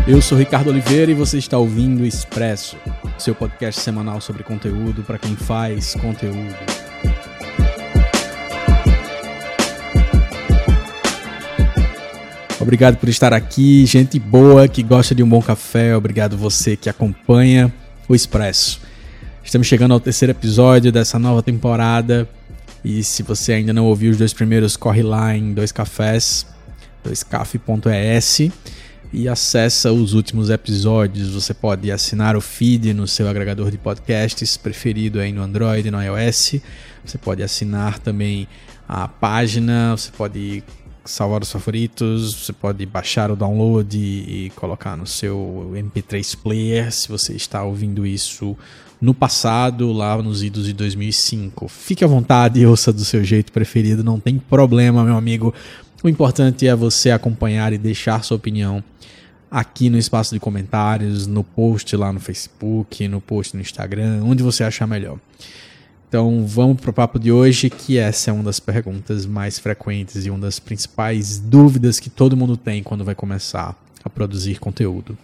Eu sou Ricardo Oliveira e você está ouvindo Expresso, seu podcast semanal sobre conteúdo para quem faz conteúdo. Obrigado por estar aqui, gente boa que gosta de um bom café, obrigado você que acompanha o Expresso. Estamos chegando ao terceiro episódio dessa nova temporada e se você ainda não ouviu os dois primeiros, corre lá em 2cafés, 2caf.es e acessa os últimos episódios. Você pode assinar o feed no seu agregador de podcasts preferido aí no Android, no iOS. Você pode assinar também a página, você pode salvar os favoritos, você pode baixar o download e colocar no seu MP3 player se você está ouvindo isso no passado, lá nos idos de 2005. Fique à vontade e ouça do seu jeito preferido, não tem problema, meu amigo. O importante é você acompanhar e deixar sua opinião aqui no espaço de comentários, no post lá no Facebook, no post no Instagram, onde você achar melhor. Então vamos para o papo de hoje, que essa é uma das perguntas mais frequentes e uma das principais dúvidas que todo mundo tem quando vai começar a produzir conteúdo.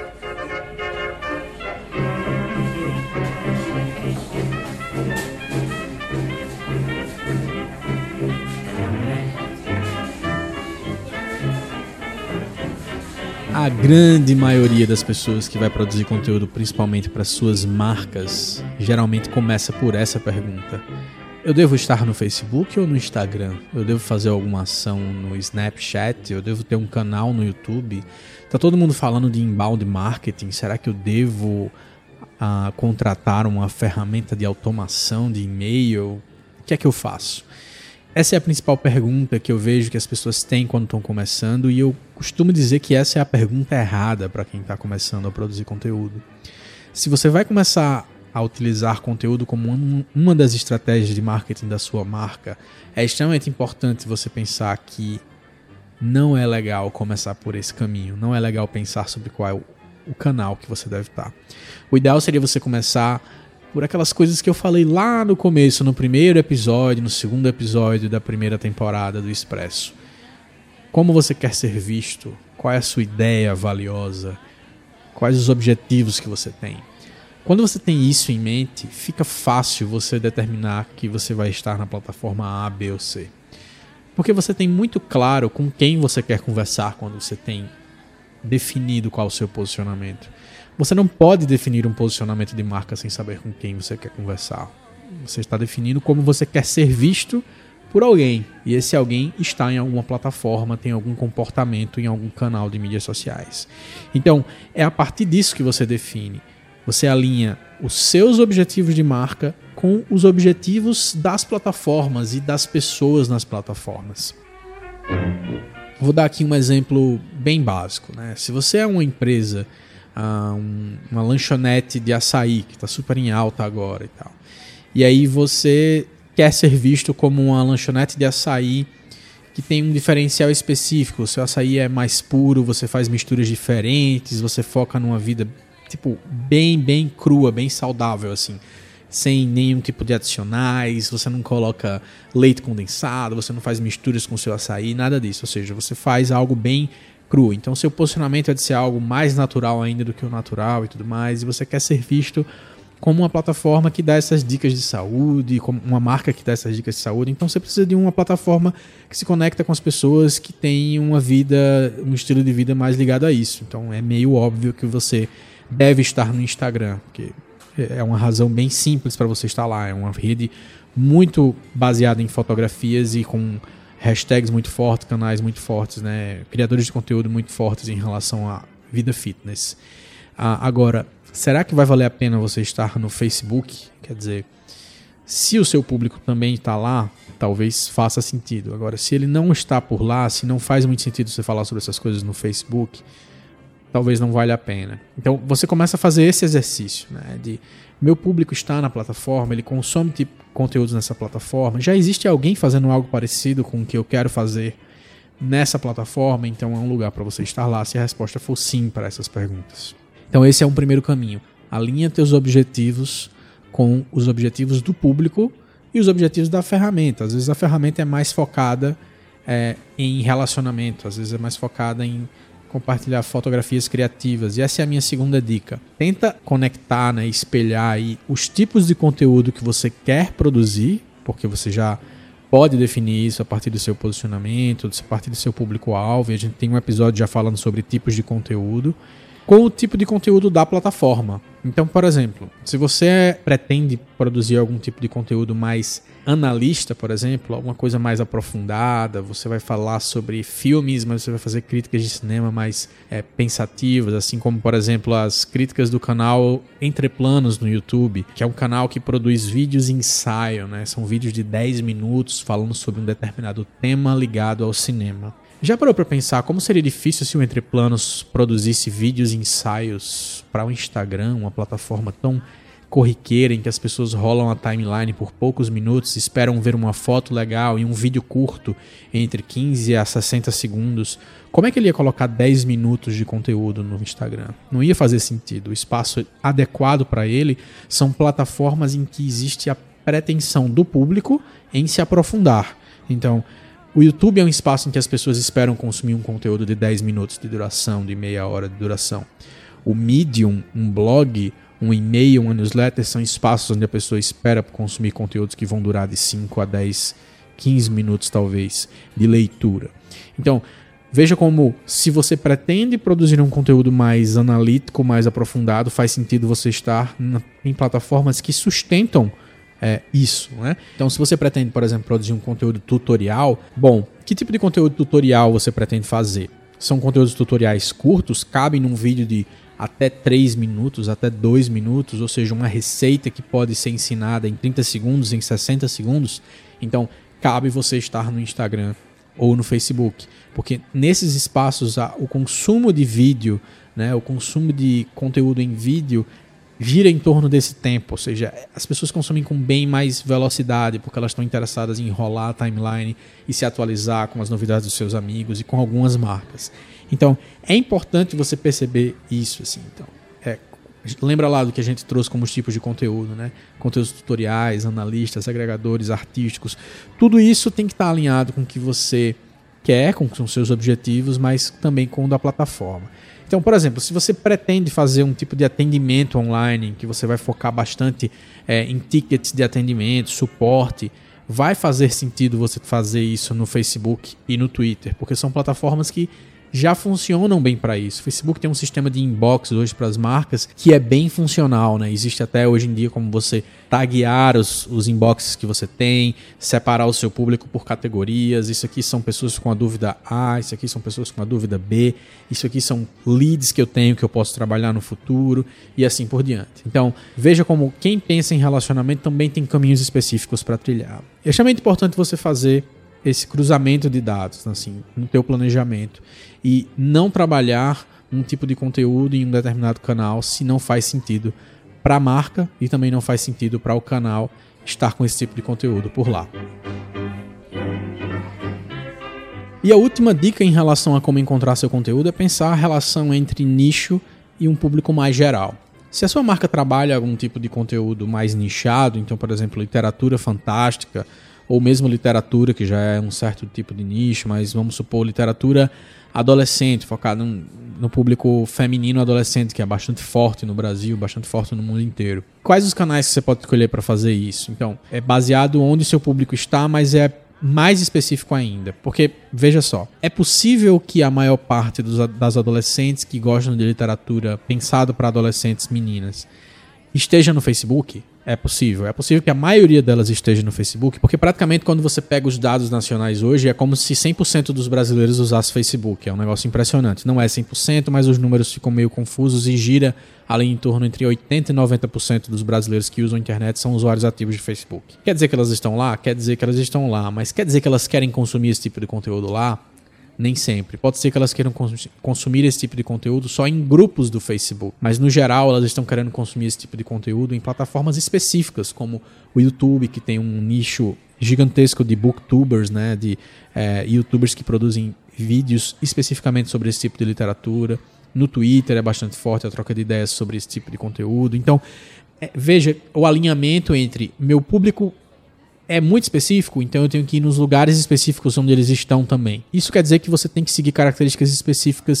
A grande maioria das pessoas que vai produzir conteúdo, principalmente para suas marcas, geralmente começa por essa pergunta. Eu devo estar no Facebook ou no Instagram? Eu devo fazer alguma ação no Snapchat? Eu devo ter um canal no YouTube? Tá todo mundo falando de inbound marketing. Será que eu devo contratar uma ferramenta de automação de e-mail? O que é que eu faço? Essa é a principal pergunta que eu vejo que as pessoas têm quando estão começando, e eu costumo dizer que essa é a pergunta errada para quem está começando a produzir conteúdo. Se você vai começar a utilizar conteúdo como uma das estratégias de marketing da sua marca, é extremamente importante você pensar que não é legal começar por esse caminho, não é legal pensar sobre qual é o canal que você deve estar. O ideal seria você começar por aquelas coisas que eu falei lá no começo, no primeiro episódio, no segundo episódio da primeira temporada do Expresso. Como você quer ser visto? Qual é a sua ideia valiosa? Quais os objetivos que você tem? Quando você tem isso em mente, fica fácil você determinar que você vai estar na plataforma A, B ou C. Porque você tem muito claro com quem você quer conversar quando você tem definido qual é o seu posicionamento. Você não pode definir um posicionamento de marca sem saber com quem você quer conversar. Você está definindo como você quer ser visto por alguém. E esse alguém está em alguma plataforma, tem algum comportamento em algum canal de mídias sociais. Então, é a partir disso que você define. Você alinha os seus objetivos de marca com os objetivos das plataformas e das pessoas nas plataformas. Vou dar aqui um exemplo bem básico, né? Se você é uma empresa, uma lanchonete de açaí que está super em alta agora e tal, e aí você quer ser visto como uma lanchonete de açaí que tem um diferencial específico, o seu açaí é mais puro, você faz misturas diferentes, você foca numa vida tipo bem crua, bem saudável assim, sem nenhum tipo de adicionais, você não coloca leite condensado, você não faz misturas com o seu açaí, nada disso, ou seja, você faz algo bem cru. Então seu posicionamento é de ser algo mais natural ainda do que o natural e tudo mais, e você quer ser visto como uma plataforma que dá essas dicas de saúde, como uma marca que dá essas dicas de saúde. Então você precisa de uma plataforma que se conecta com as pessoas que têm uma vida, um estilo de vida mais ligado a isso. Então é meio óbvio que você deve estar no Instagram, porque é uma razão bem simples para você estar lá. É uma rede muito baseada em fotografias e com hashtags muito fortes, canais muito fortes, né? Criadores de conteúdo muito fortes em relação à vida fitness. Agora, será que vai valer a pena você estar no Facebook? Quer dizer, se o seu público também está lá, talvez faça sentido. Agora, se ele não está por lá, se não faz muito sentido você falar sobre essas coisas no Facebook, talvez não valha a pena. Então, você começa a fazer esse exercício, né? De meu público está na plataforma, ele consome conteúdos nessa plataforma. Já existe alguém fazendo algo parecido com o que eu quero fazer nessa plataforma? Então, é um lugar para você estar lá, se a resposta for sim para essas perguntas. Então, esse é um primeiro caminho. Alinha teus objetivos com os objetivos do público e os objetivos da ferramenta. Às vezes a ferramenta é mais focada em relacionamento, às vezes é mais focada em compartilhar fotografias criativas. E essa é a minha segunda dica. Tenta conectar, né, espelhar aí os tipos de conteúdo que você quer produzir, porque você já pode definir isso a partir do seu posicionamento, a partir do seu público-alvo. A gente tem um episódio já falando sobre tipos de conteúdo, com o tipo de conteúdo da plataforma. Então, por exemplo, se você pretende produzir algum tipo de conteúdo mais analista, por exemplo, alguma coisa mais aprofundada, você vai falar sobre filmes, mas você vai fazer críticas de cinema mais pensativas, assim como, por exemplo, as críticas do canal Entre Planos no YouTube, que é um canal que produz vídeos ensaio, né? São vídeos de 10 minutos falando sobre um determinado tema ligado ao cinema. Já parou para pensar como seria difícil se o Entre Planos produzisse vídeos e ensaios para o Instagram, uma plataforma tão corriqueira em que as pessoas rolam a timeline por poucos minutos, esperam ver uma foto legal e um vídeo curto entre 15 a 60 segundos. Como é que ele ia colocar 10 minutos de conteúdo no Instagram? Não ia fazer sentido. O espaço adequado para ele são plataformas em que existe a pretensão do público em se aprofundar. Então, o YouTube é um espaço em que as pessoas esperam consumir um conteúdo de 10 minutos de duração, de meia hora de duração. O Medium, um blog, um e-mail, uma newsletter são espaços onde a pessoa espera consumir conteúdos que vão durar de 5 a 10, 15 minutos talvez, de leitura. Então, veja como se você pretende produzir um conteúdo mais analítico, mais aprofundado, faz sentido você estar em plataformas que sustentam isso, né? Então, se você pretende, por exemplo, produzir um conteúdo tutorial, bom, que tipo de conteúdo tutorial você pretende fazer? São conteúdos tutoriais curtos, cabem num vídeo de até 3 minutos, até 2 minutos, ou seja, uma receita que pode ser ensinada em 30 segundos, em 60 segundos. Então, cabe você estar no Instagram ou no Facebook, porque nesses espaços o consumo de vídeo, né, o consumo de conteúdo em vídeo gira em torno desse tempo, ou seja, as pessoas consomem com bem mais velocidade porque elas estão interessadas em enrolar a timeline e se atualizar com as novidades dos seus amigos e com algumas marcas. Então, é importante você perceber isso, assim. Então, lembra lá do que a gente trouxe como os tipos de conteúdo, né? Conteúdos tutoriais, analistas, agregadores, artísticos. Tudo isso tem que estar alinhado com o que você quer, com os seus objetivos, mas também com o da plataforma. Então, por exemplo, se você pretende fazer um tipo de atendimento online, que você vai focar bastante em tickets de atendimento, suporte, vai fazer sentido você fazer isso no Facebook e no Twitter, porque são plataformas que já funcionam bem para isso. O Facebook tem um sistema de inbox hoje para as marcas que é bem funcional, né? Existe até hoje em dia como você taguear os inboxes que você tem, separar o seu público por categorias. Isso aqui são pessoas com a dúvida A, isso aqui são pessoas com a dúvida B, isso aqui são leads que eu tenho que eu posso trabalhar no futuro e assim por diante. Então, veja como quem pensa em relacionamento também tem caminhos específicos para trilhar. É extremamente importante você fazer esse cruzamento de dados, assim, no teu planejamento e não trabalhar um tipo de conteúdo em um determinado canal se não faz sentido para a marca e também não faz sentido para o canal estar com esse tipo de conteúdo por lá. E a última dica em relação a como encontrar seu conteúdo é pensar a relação entre nicho e um público mais geral. Se a sua marca trabalha algum tipo de conteúdo mais nichado, então, por exemplo, literatura fantástica, ou mesmo literatura, que já é um certo tipo de nicho, mas vamos supor literatura adolescente, focada no público feminino adolescente, que é bastante forte no Brasil, bastante forte no mundo inteiro. Quais os canais que você pode escolher para fazer isso? Então, é baseado onde seu público está, mas é mais específico ainda. Porque, veja só, é possível que a maior parte das adolescentes que gostam de literatura pensado para adolescentes meninas esteja no Facebook? É possível que a maioria delas esteja no Facebook, porque praticamente quando você pega os dados nacionais hoje, é como se 100% dos brasileiros usassem Facebook. É um negócio impressionante. Não é 100%, mas os números ficam meio confusos e gira ali em torno entre 80% e 90% dos brasileiros que usam a internet são usuários ativos de Facebook. Quer dizer que elas estão lá? Quer dizer que elas estão lá, mas quer dizer que elas querem consumir esse tipo de conteúdo lá? Nem sempre. Pode ser que elas queiram consumir esse tipo de conteúdo só em grupos do Facebook, mas no geral elas estão querendo consumir esse tipo de conteúdo em plataformas específicas, como o YouTube, que tem um nicho gigantesco de booktubers, né, de youtubers que produzem vídeos especificamente sobre esse tipo de literatura. No Twitter é bastante forte a troca de ideias sobre esse tipo de conteúdo. Então, veja o alinhamento entre meu público é muito específico, então eu tenho que ir nos lugares específicos onde eles estão também. Isso quer dizer que você tem que seguir características específicas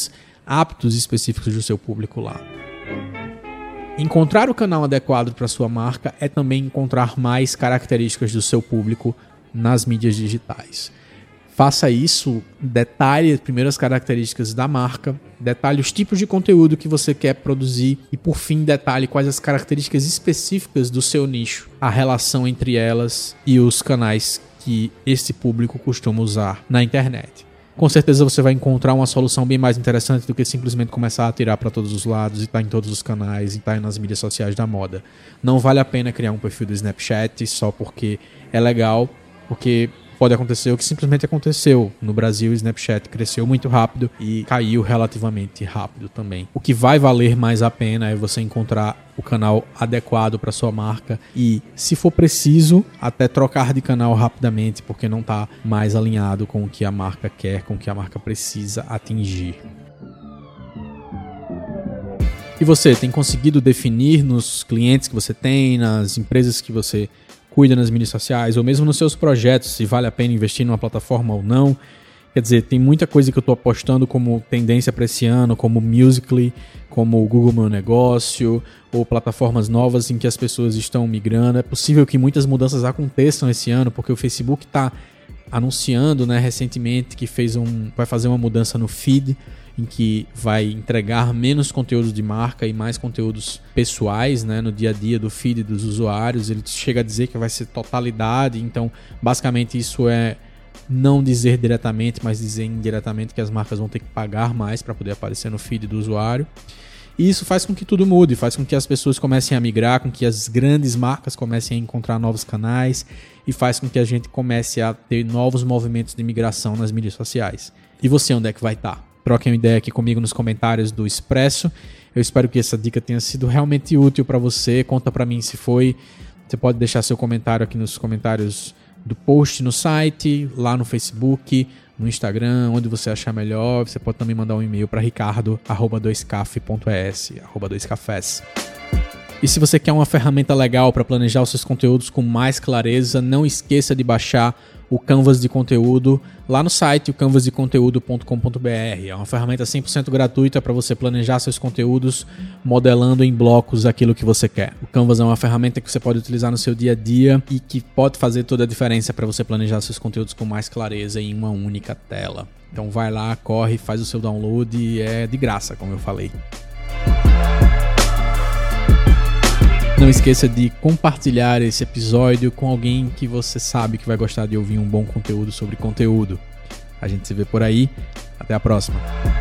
aptos específicos do seu público lá. Encontrar o canal adequado para sua marca é também encontrar mais características do seu público nas mídias digitais. Faça isso, detalhe primeiro as características da marca, detalhe os tipos de conteúdo que você quer produzir e, por fim, detalhe quais as características específicas do seu nicho, a relação entre elas e os canais que esse público costuma usar na internet. Com certeza você vai encontrar uma solução bem mais interessante do que simplesmente começar a atirar para todos os lados e estar em todos os canais e estar nas mídias sociais da moda. Não vale a pena criar um perfil do Snapchat só porque é legal, porque pode acontecer o que simplesmente aconteceu. No Brasil, o Snapchat cresceu muito rápido e caiu relativamente rápido também. O que vai valer mais a pena é você encontrar o canal adequado para sua marca e, se for preciso, até trocar de canal rapidamente, porque não está mais alinhado com o que a marca quer, com o que a marca precisa atingir. E você tem conseguido definir nos clientes que você tem, nas empresas que você cuida nas mídias sociais, ou mesmo nos seus projetos, se vale a pena investir numa plataforma ou não? Quer dizer, tem muita coisa que eu estou apostando como tendência para esse ano, como Musical.ly, como o Google Meu Negócio, ou plataformas novas em que as pessoas estão migrando. É possível que muitas mudanças aconteçam esse ano, porque o Facebook está anunciando, né, recentemente que vai fazer uma mudança no feed, em que vai entregar menos conteúdos de marca e mais conteúdos pessoais, né, no dia a dia do feed dos usuários. Ele chega a dizer que vai ser totalidade, então basicamente isso é não dizer diretamente, mas dizer indiretamente que as marcas vão ter que pagar mais para poder aparecer no feed do usuário. E isso faz com que tudo mude, faz com que as pessoas comecem a migrar, com que as grandes marcas comecem a encontrar novos canais e faz com que a gente comece a ter novos movimentos de migração nas mídias sociais. E você, onde é que vai estar? Troquem uma ideia aqui comigo nos comentários do Expresso. Eu espero que essa dica tenha sido realmente útil para você. Conta para mim se foi. Você pode deixar seu comentário aqui nos comentários do post no site, lá no Facebook, no Instagram, onde você achar melhor. Você pode também mandar um e-mail para ricardo@2caf.es, @2cafés. E se você quer uma ferramenta legal para planejar os seus conteúdos com mais clareza, não esqueça de baixar o Canvas de Conteúdo lá no site, o canvasdeconteúdo.com.br. É uma ferramenta 100% gratuita para você planejar seus conteúdos, modelando em blocos aquilo que você quer. O Canvas é uma ferramenta que você pode utilizar no seu dia a dia e que pode fazer toda a diferença para você planejar seus conteúdos com mais clareza em uma única tela. Então vai lá, corre, faz o seu download e é de graça, como eu falei. Não esqueça de compartilhar esse episódio com alguém que você sabe que vai gostar de ouvir um bom conteúdo sobre conteúdo. A gente se vê por aí. Até a próxima.